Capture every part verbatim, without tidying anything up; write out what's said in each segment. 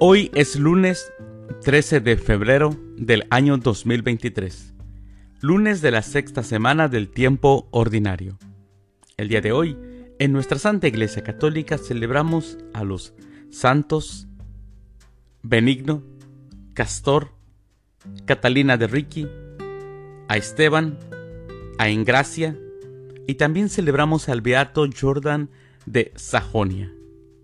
Hoy es lunes trece de febrero del año dos mil veintitrés, lunes de la sexta semana del tiempo ordinario. El día de hoy, en nuestra Santa Iglesia Católica, celebramos a los santos Benigno, Castor, Catalina de Ricci, a Esteban, a Engracia, y también celebramos al beato Jordan de Sajonia.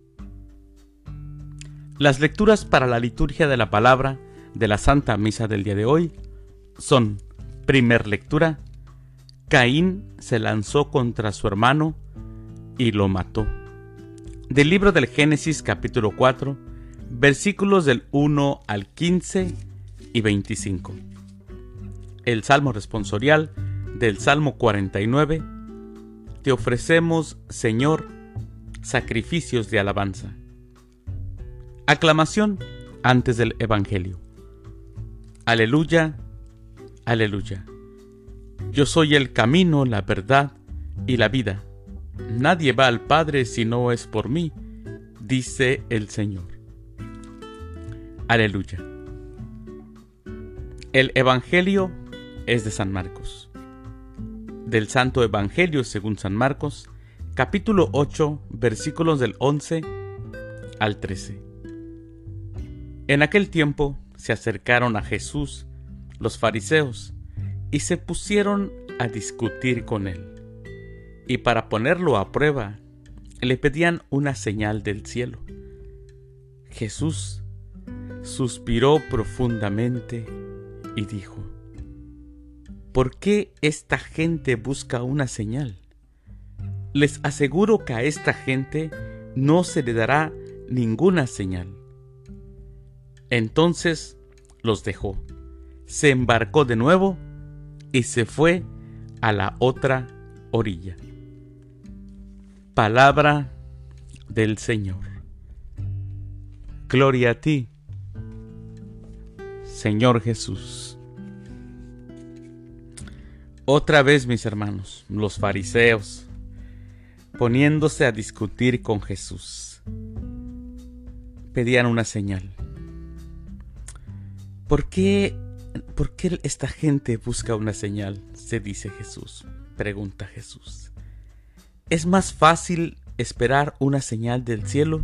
Las lecturas para la liturgia de la palabra de la Santa Misa del día de hoy son: primer lectura, Caín se lanzó contra su hermano y lo mató. Del libro del Génesis capítulo cuatro, versículos del uno al quince y veinticinco. El Salmo responsorial del Salmo cuarenta y nueve. Te ofrecemos, Señor, sacrificios de alabanza. Aclamación antes del Evangelio. Aleluya, aleluya. Yo soy el camino, la verdad y la vida. Nadie va al Padre si no es por mí, dice el Señor. Aleluya. El Evangelio es de San Marcos. Del Santo Evangelio según San Marcos, capítulo ocho, versículos del once al trece. En aquel tiempo se acercaron a Jesús los fariseos y se pusieron a discutir con él. Y para ponerlo a prueba, le pedían una señal del cielo. Jesús suspiró profundamente y dijo: ¿Por qué esta gente busca una señal? Les aseguro que a esta gente no se le dará ninguna señal. Entonces los dejó, se embarcó de nuevo y se fue a la otra orilla. Palabra del Señor. Gloria a ti, Señor Jesús. Otra vez, mis hermanos, los fariseos, poniéndose a discutir con Jesús, pedían una señal. ¿Por qué, ¿Por qué esta gente busca una señal? Se dice Jesús, pregunta Jesús. ¿Es más fácil esperar una señal del cielo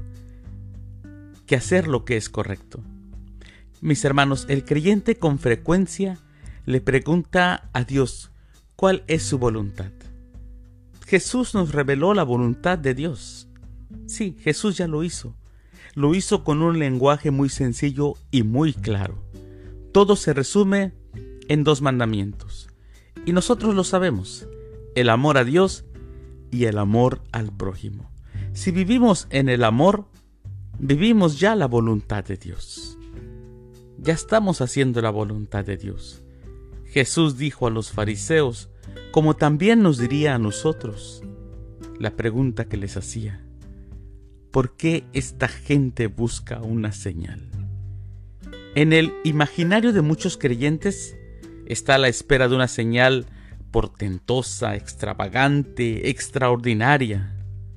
que hacer lo que es correcto? Mis hermanos, el creyente con frecuencia le pregunta a Dios cuál es su voluntad. Jesús nos reveló la voluntad de Dios. Sí, Jesús ya lo hizo. Lo hizo con un lenguaje muy sencillo y muy claro. Todo se resume en dos mandamientos, y nosotros lo sabemos: el amor a Dios y el amor al prójimo. Si vivimos en el amor, vivimos ya la voluntad de Dios. Ya estamos haciendo la voluntad de Dios. Jesús dijo a los fariseos, como también nos diría a nosotros, la pregunta que les hacía: ¿por qué esta gente busca una señal? En el imaginario de muchos creyentes está la espera de una señal portentosa, extravagante, extraordinaria.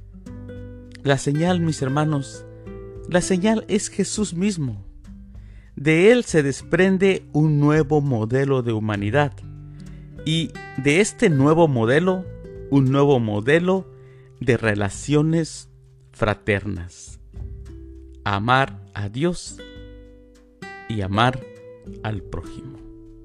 La señal, mis hermanos, la señal es Jesús mismo. De él se desprende un nuevo modelo de humanidad. Y de este nuevo modelo, un nuevo modelo de relaciones fraternas. Amar a Dios y amar al prójimo.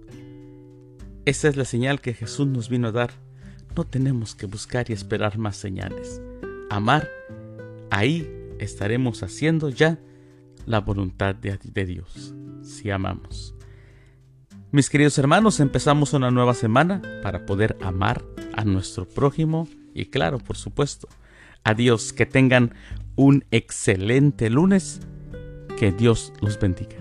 Esa es la señal que Jesús nos vino a dar. No tenemos que buscar y esperar más señales. Amar, ahí estaremos haciendo ya la voluntad de, de Dios, si amamos. Mis queridos hermanos, empezamos una nueva semana para poder amar a nuestro prójimo y, claro, por supuesto, a Dios. Que tengan un excelente lunes. Que Dios los bendiga.